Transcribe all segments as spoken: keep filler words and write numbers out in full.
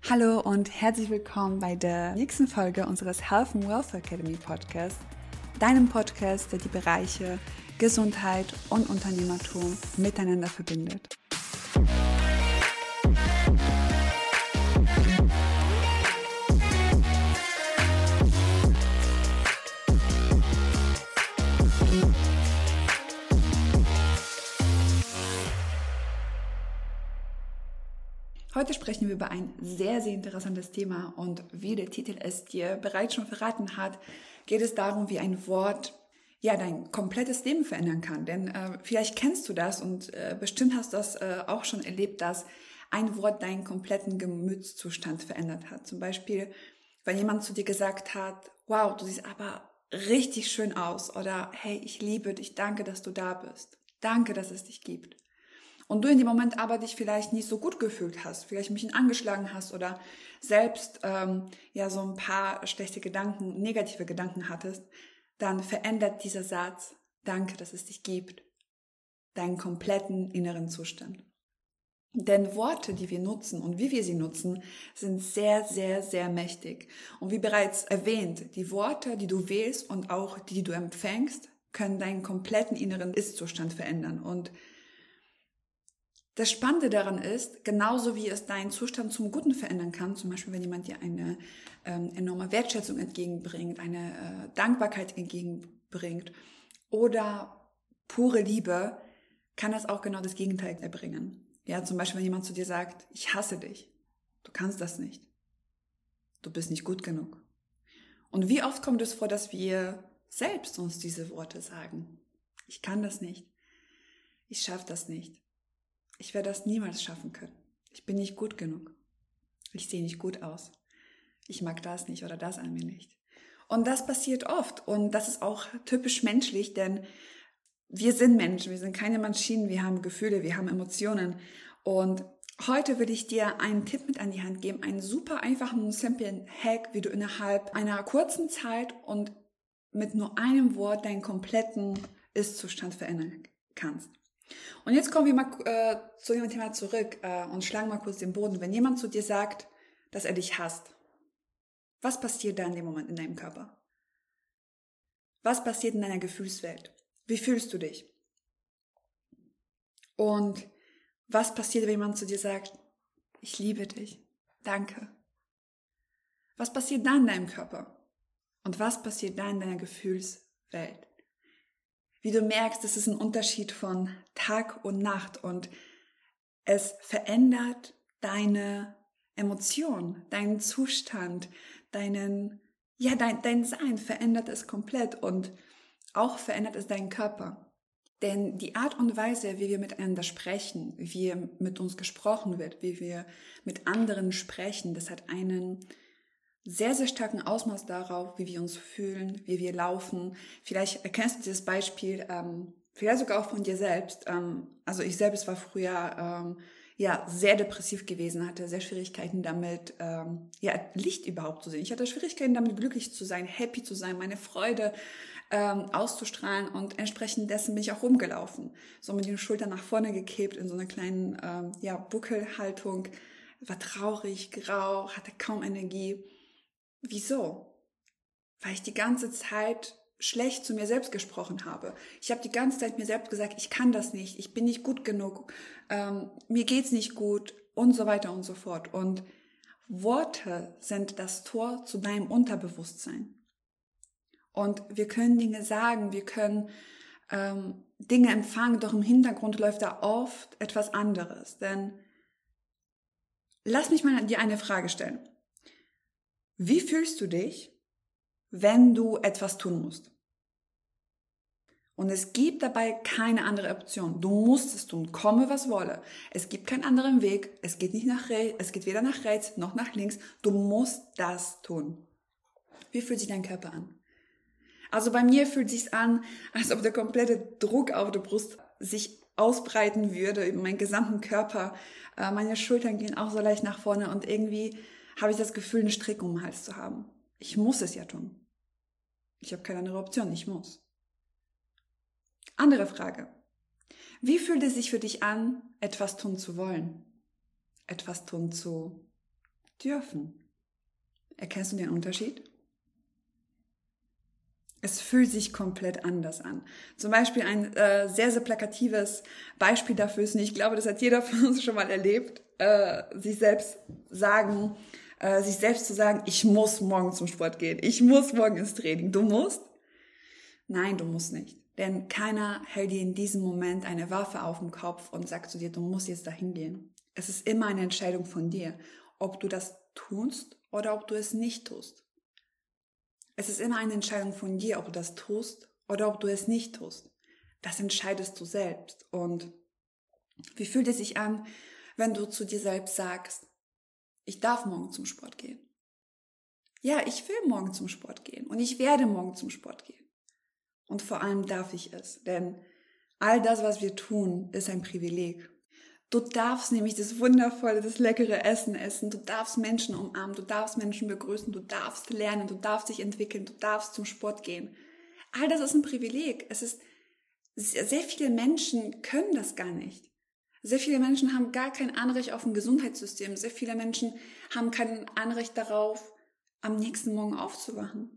Hallo und herzlich willkommen bei der nächsten Folge unseres Health and Wealth Academy Podcast, deinem Podcast, der die Bereiche Gesundheit und Unternehmertum miteinander verbindet. Heute sprechen wir über ein sehr, sehr interessantes Thema und wie der Titel es dir bereits schon verraten hat, geht es darum, wie ein Wort ja dein komplettes Leben verändern kann. Denn äh, vielleicht kennst du das und äh, bestimmt hast du das äh, auch schon erlebt, dass ein Wort deinen kompletten Gemütszustand verändert hat. Zum Beispiel, wenn jemand zu dir gesagt hat, wow, du siehst aber richtig schön aus oder hey, ich liebe dich, danke, dass du da bist. Danke, dass es dich gibt. Und du in dem Moment aber dich vielleicht nicht so gut gefühlt hast, vielleicht ein bisschen angeschlagen hast oder selbst ähm, ja so ein paar schlechte Gedanken, negative Gedanken hattest, dann verändert dieser Satz, danke, dass es dich gibt, deinen kompletten inneren Zustand. Denn Worte, die wir nutzen und wie wir sie nutzen, sind sehr, sehr, sehr mächtig. Und wie bereits erwähnt, die Worte, die du wählst und auch die, die du empfängst, können deinen kompletten inneren Ist-Zustand verändern. Und das Spannende daran ist, genauso wie es deinen Zustand zum Guten verändern kann, zum Beispiel wenn jemand dir eine ähm, enorme Wertschätzung entgegenbringt, eine äh, Dankbarkeit entgegenbringt oder pure Liebe, kann das auch genau das Gegenteil erbringen. Ja, zum Beispiel wenn jemand zu dir sagt, ich hasse dich, du kannst das nicht, du bist nicht gut genug. Und wie oft kommt es vor, dass wir selbst uns diese Worte sagen? Ich kann das nicht, ich schaffe das nicht. Ich werde das niemals schaffen können. Ich bin nicht gut genug. Ich sehe nicht gut aus. Ich mag das nicht oder das an mir nicht. Und das passiert oft. Und das ist auch typisch menschlich, denn wir sind Menschen, wir sind keine Maschinen, wir haben Gefühle, wir haben Emotionen. Und heute will ich dir einen Tipp mit an die Hand geben, einen super einfachen und simplen Hack, wie du innerhalb einer kurzen Zeit und mit nur einem Wort deinen kompletten Ist-Zustand verändern kannst. Und jetzt kommen wir mal äh, zu dem Thema zurück äh, und schlagen mal kurz den Boden. Wenn jemand zu dir sagt, dass er dich hasst, was passiert da in dem Moment in deinem Körper? Was passiert in deiner Gefühlswelt? Wie fühlst du dich? Und was passiert, wenn jemand zu dir sagt, ich liebe dich, danke? Was passiert da in deinem Körper? Und was passiert da in deiner Gefühlswelt? Wie du merkst, es ist ein Unterschied von Tag und Nacht und es verändert deine Emotion, deinen Zustand, deinen, ja, dein, dein Sein verändert es komplett und auch verändert es deinen Körper. Denn die Art und Weise, wie wir miteinander sprechen, wie mit uns gesprochen wird, wie wir mit anderen sprechen, das hat einen sehr, sehr starken Ausmaß darauf, wie wir uns fühlen, wie wir laufen. Vielleicht erkennst du dieses Beispiel, ähm, vielleicht sogar auch von dir selbst. Ähm, also ich selbst war früher ähm, ja sehr depressiv gewesen, hatte sehr Schwierigkeiten damit, ähm, ja Licht überhaupt zu sehen. Ich hatte Schwierigkeiten damit, glücklich zu sein, happy zu sein, meine Freude ähm, auszustrahlen und entsprechend dessen bin ich auch rumgelaufen. So mit den Schultern nach vorne gekippt in so einer kleinen ähm, ja Buckelhaltung, war traurig, grau, hatte kaum Energie. Wieso? Weil ich die ganze Zeit schlecht zu mir selbst gesprochen habe. Ich habe die ganze Zeit mir selbst gesagt, ich kann das nicht, ich bin nicht gut genug, ähm, mir geht's nicht gut und so weiter und so fort. Und Worte sind das Tor zu deinem Unterbewusstsein. Und wir können Dinge sagen, wir können ähm, Dinge empfangen, doch im Hintergrund läuft da oft etwas anderes. Denn lass mich mal dir eine Frage stellen. Wie fühlst du dich, wenn du etwas tun musst? Und es gibt dabei keine andere Option. Du musst es tun, komme was wolle. Es gibt keinen anderen Weg. Es geht nicht nach rechts, es geht weder nach rechts noch nach links. Du musst das tun. Wie fühlt sich dein Körper an? Also bei mir fühlt es sich an, als ob der komplette Druck auf der Brust sich ausbreiten würde über meinen gesamten Körper. Meine Schultern gehen auch so leicht nach vorne und irgendwie habe ich das Gefühl, eine Strick um den Hals zu haben. Ich muss es ja tun. Ich habe keine andere Option, ich muss. Andere Frage. Wie fühlt es sich für dich an, etwas tun zu wollen? Etwas tun zu dürfen. Erkennst du den Unterschied? Es fühlt sich komplett anders an. Zum Beispiel ein äh, sehr, sehr plakatives Beispiel dafür ist, und ich glaube, das hat jeder von uns schon mal erlebt, äh, sich selbst sagen, äh, sich selbst zu sagen, ich muss morgen zum Sport gehen, ich muss morgen ins Training. Du musst? Nein, du musst nicht. Denn keiner hält dir in diesem Moment eine Waffe auf den Kopf und sagt zu dir, du musst jetzt dahin gehen. Es ist immer eine Entscheidung von dir, ob du das tust oder ob du es nicht tust. Es ist immer eine Entscheidung von dir, ob du das tust oder ob du es nicht tust. Das entscheidest du selbst. Und wie fühlt es sich an, wenn du zu dir selbst sagst, ich darf morgen zum Sport gehen? Ja, ich will morgen zum Sport gehen und ich werde morgen zum Sport gehen. Und vor allem darf ich es, denn all das, was wir tun, ist ein Privileg. Du darfst nämlich das wundervolle, das leckere Essen essen, du darfst Menschen umarmen, du darfst Menschen begrüßen, du darfst lernen, du darfst dich entwickeln, du darfst zum Sport gehen. All das ist ein Privileg. Es ist, sehr viele Menschen können das gar nicht. Sehr viele Menschen haben gar kein Anrecht auf ein Gesundheitssystem. Sehr viele Menschen haben kein Anrecht darauf, am nächsten Morgen aufzuwachen.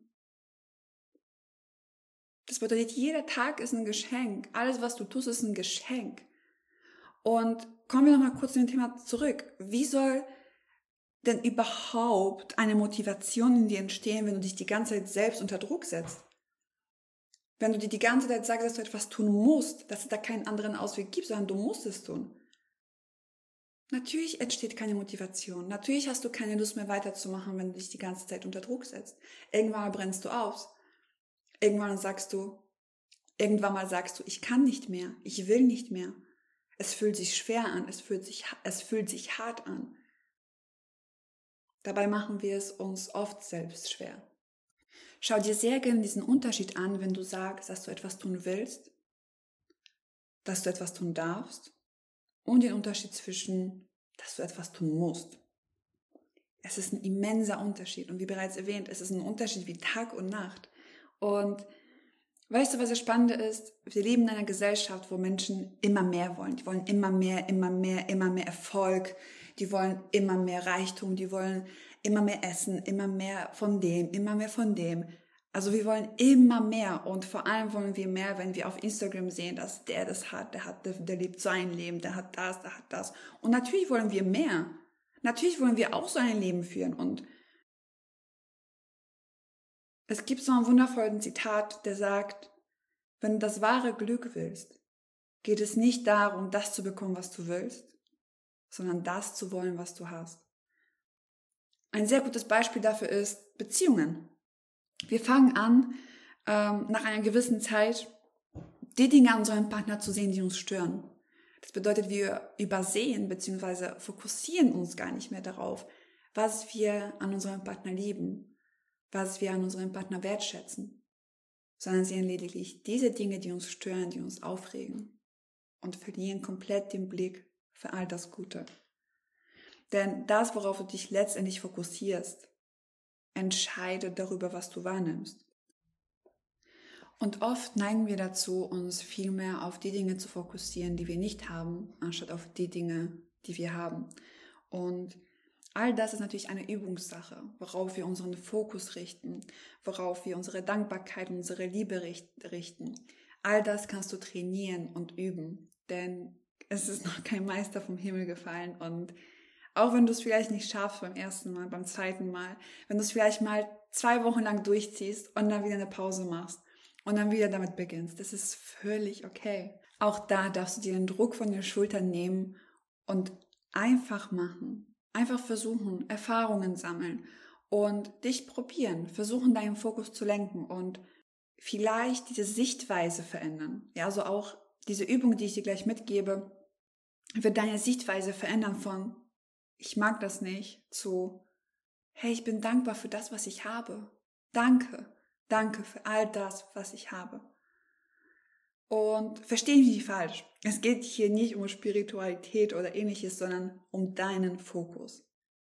Das bedeutet, jeder Tag ist ein Geschenk. Alles, was du tust, ist ein Geschenk. Und kommen wir nochmal kurz zu dem Thema zurück. Wie soll denn überhaupt eine Motivation in dir entstehen, wenn du dich die ganze Zeit selbst unter Druck setzt? Wenn du dir die ganze Zeit sagst, dass du etwas tun musst, dass es da keinen anderen Ausweg gibt, sondern du musst es tun. Natürlich entsteht keine Motivation. Natürlich hast du keine Lust mehr weiterzumachen, wenn du dich die ganze Zeit unter Druck setzt. Irgendwann mal brennst du aus. Irgendwann sagst du, irgendwann mal sagst du, ich kann nicht mehr, ich will nicht mehr. Es fühlt sich schwer an, es fühlt sich, es fühlt sich hart an. Dabei machen wir es uns oft selbst schwer. Schau dir sehr gerne diesen Unterschied an, wenn du sagst, dass du etwas tun willst, dass du etwas tun darfst und den Unterschied zwischen, dass du etwas tun musst. Es ist ein immenser Unterschied und wie bereits erwähnt, es ist ein Unterschied wie Tag und Nacht. Und weißt du, was das Spannende ist? Wir leben in einer Gesellschaft, wo Menschen immer mehr wollen. Die wollen immer mehr, immer mehr, immer mehr Erfolg. Die wollen immer mehr Reichtum. Die wollen immer mehr Essen, immer mehr von dem, immer mehr von dem. Also wir wollen immer mehr und vor allem wollen wir mehr, wenn wir auf Instagram sehen, dass der das hat, der hat, der, der lebt so ein Leben, der hat das, der hat das. Und natürlich wollen wir mehr. Natürlich wollen wir auch so ein Leben führen und es gibt so einen wundervollen Zitat, der sagt, wenn du das wahre Glück willst, geht es nicht darum, das zu bekommen, was du willst, sondern das zu wollen, was du hast. Ein sehr gutes Beispiel dafür ist Beziehungen. Wir fangen an, ähm, nach einer gewissen Zeit die Dinge an unserem Partner zu sehen, die uns stören. Das bedeutet, wir übersehen bzw. fokussieren uns gar nicht mehr darauf, was wir an unserem Partner lieben, was wir an unserem Partner wertschätzen, sondern sehen lediglich diese Dinge, die uns stören, die uns aufregen und verlieren komplett den Blick für all das Gute. Denn das, worauf du dich letztendlich fokussierst, entscheidet darüber, was du wahrnimmst. Und oft neigen wir dazu, uns viel mehr auf die Dinge zu fokussieren, die wir nicht haben, anstatt auf die Dinge, die wir haben. Und all das ist natürlich eine Übungssache, worauf wir unseren Fokus richten, worauf wir unsere Dankbarkeit, unsere Liebe richten. All das kannst du trainieren und üben, denn es ist noch kein Meister vom Himmel gefallen und auch wenn du es vielleicht nicht schaffst beim ersten Mal, beim zweiten Mal, wenn du es vielleicht mal zwei Wochen lang durchziehst und dann wieder eine Pause machst und dann wieder damit beginnst, das ist völlig okay. Auch da darfst du dir den Druck von den Schultern nehmen und einfach machen. Einfach versuchen, Erfahrungen sammeln und dich probieren, versuchen deinen Fokus zu lenken und vielleicht diese Sichtweise verändern. Ja, also auch diese Übung, die ich dir gleich mitgebe, wird deine Sichtweise verändern von ich mag das nicht zu hey, ich bin dankbar für das, was ich habe. Danke, danke für all das, was ich habe. Und versteh mich nicht falsch. Es geht hier nicht um Spiritualität oder ähnliches, sondern um deinen Fokus.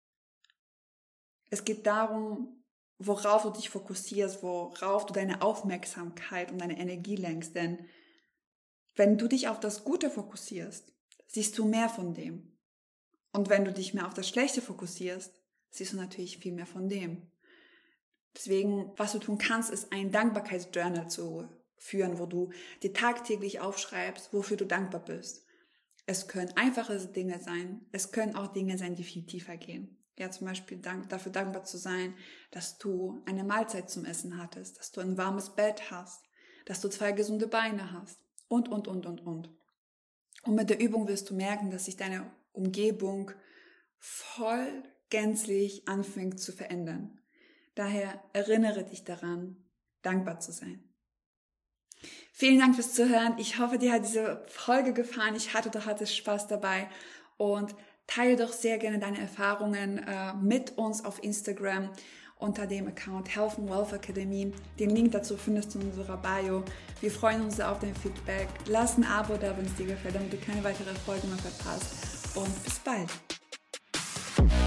Es geht darum, worauf du dich fokussierst, worauf du deine Aufmerksamkeit und deine Energie lenkst. Denn wenn du dich auf das Gute fokussierst, siehst du mehr von dem. Und wenn du dich mehr auf das Schlechte fokussierst, siehst du natürlich viel mehr von dem. Deswegen, was du tun kannst, ist ein Dankbarkeitsjournal zu führen, wo du dir tagtäglich aufschreibst, wofür du dankbar bist. Es können einfache Dinge sein, es können auch Dinge sein, die viel tiefer gehen. Ja, zum Beispiel dank, dafür dankbar zu sein, dass du eine Mahlzeit zum Essen hattest, dass du ein warmes Bett hast, dass du zwei gesunde Beine hast und, und, und, und, und. Und mit der Übung wirst du merken, dass sich deine Umgebung voll gänzlich anfängt zu verändern. Daher erinnere dich daran, dankbar zu sein. Vielen Dank fürs Zuhören. Ich hoffe, dir hat diese Folge gefallen. Ich hatte, du hattest Spaß dabei und teile doch sehr gerne deine Erfahrungen äh, mit uns auf Instagram unter dem Account Health and Wealth Academy. Den Link dazu findest du in unserer Bio. Wir freuen uns auf dein Feedback. Lass ein Abo da, wenn es dir gefällt, damit du keine weitere Folge mehr verpasst. Und bis bald.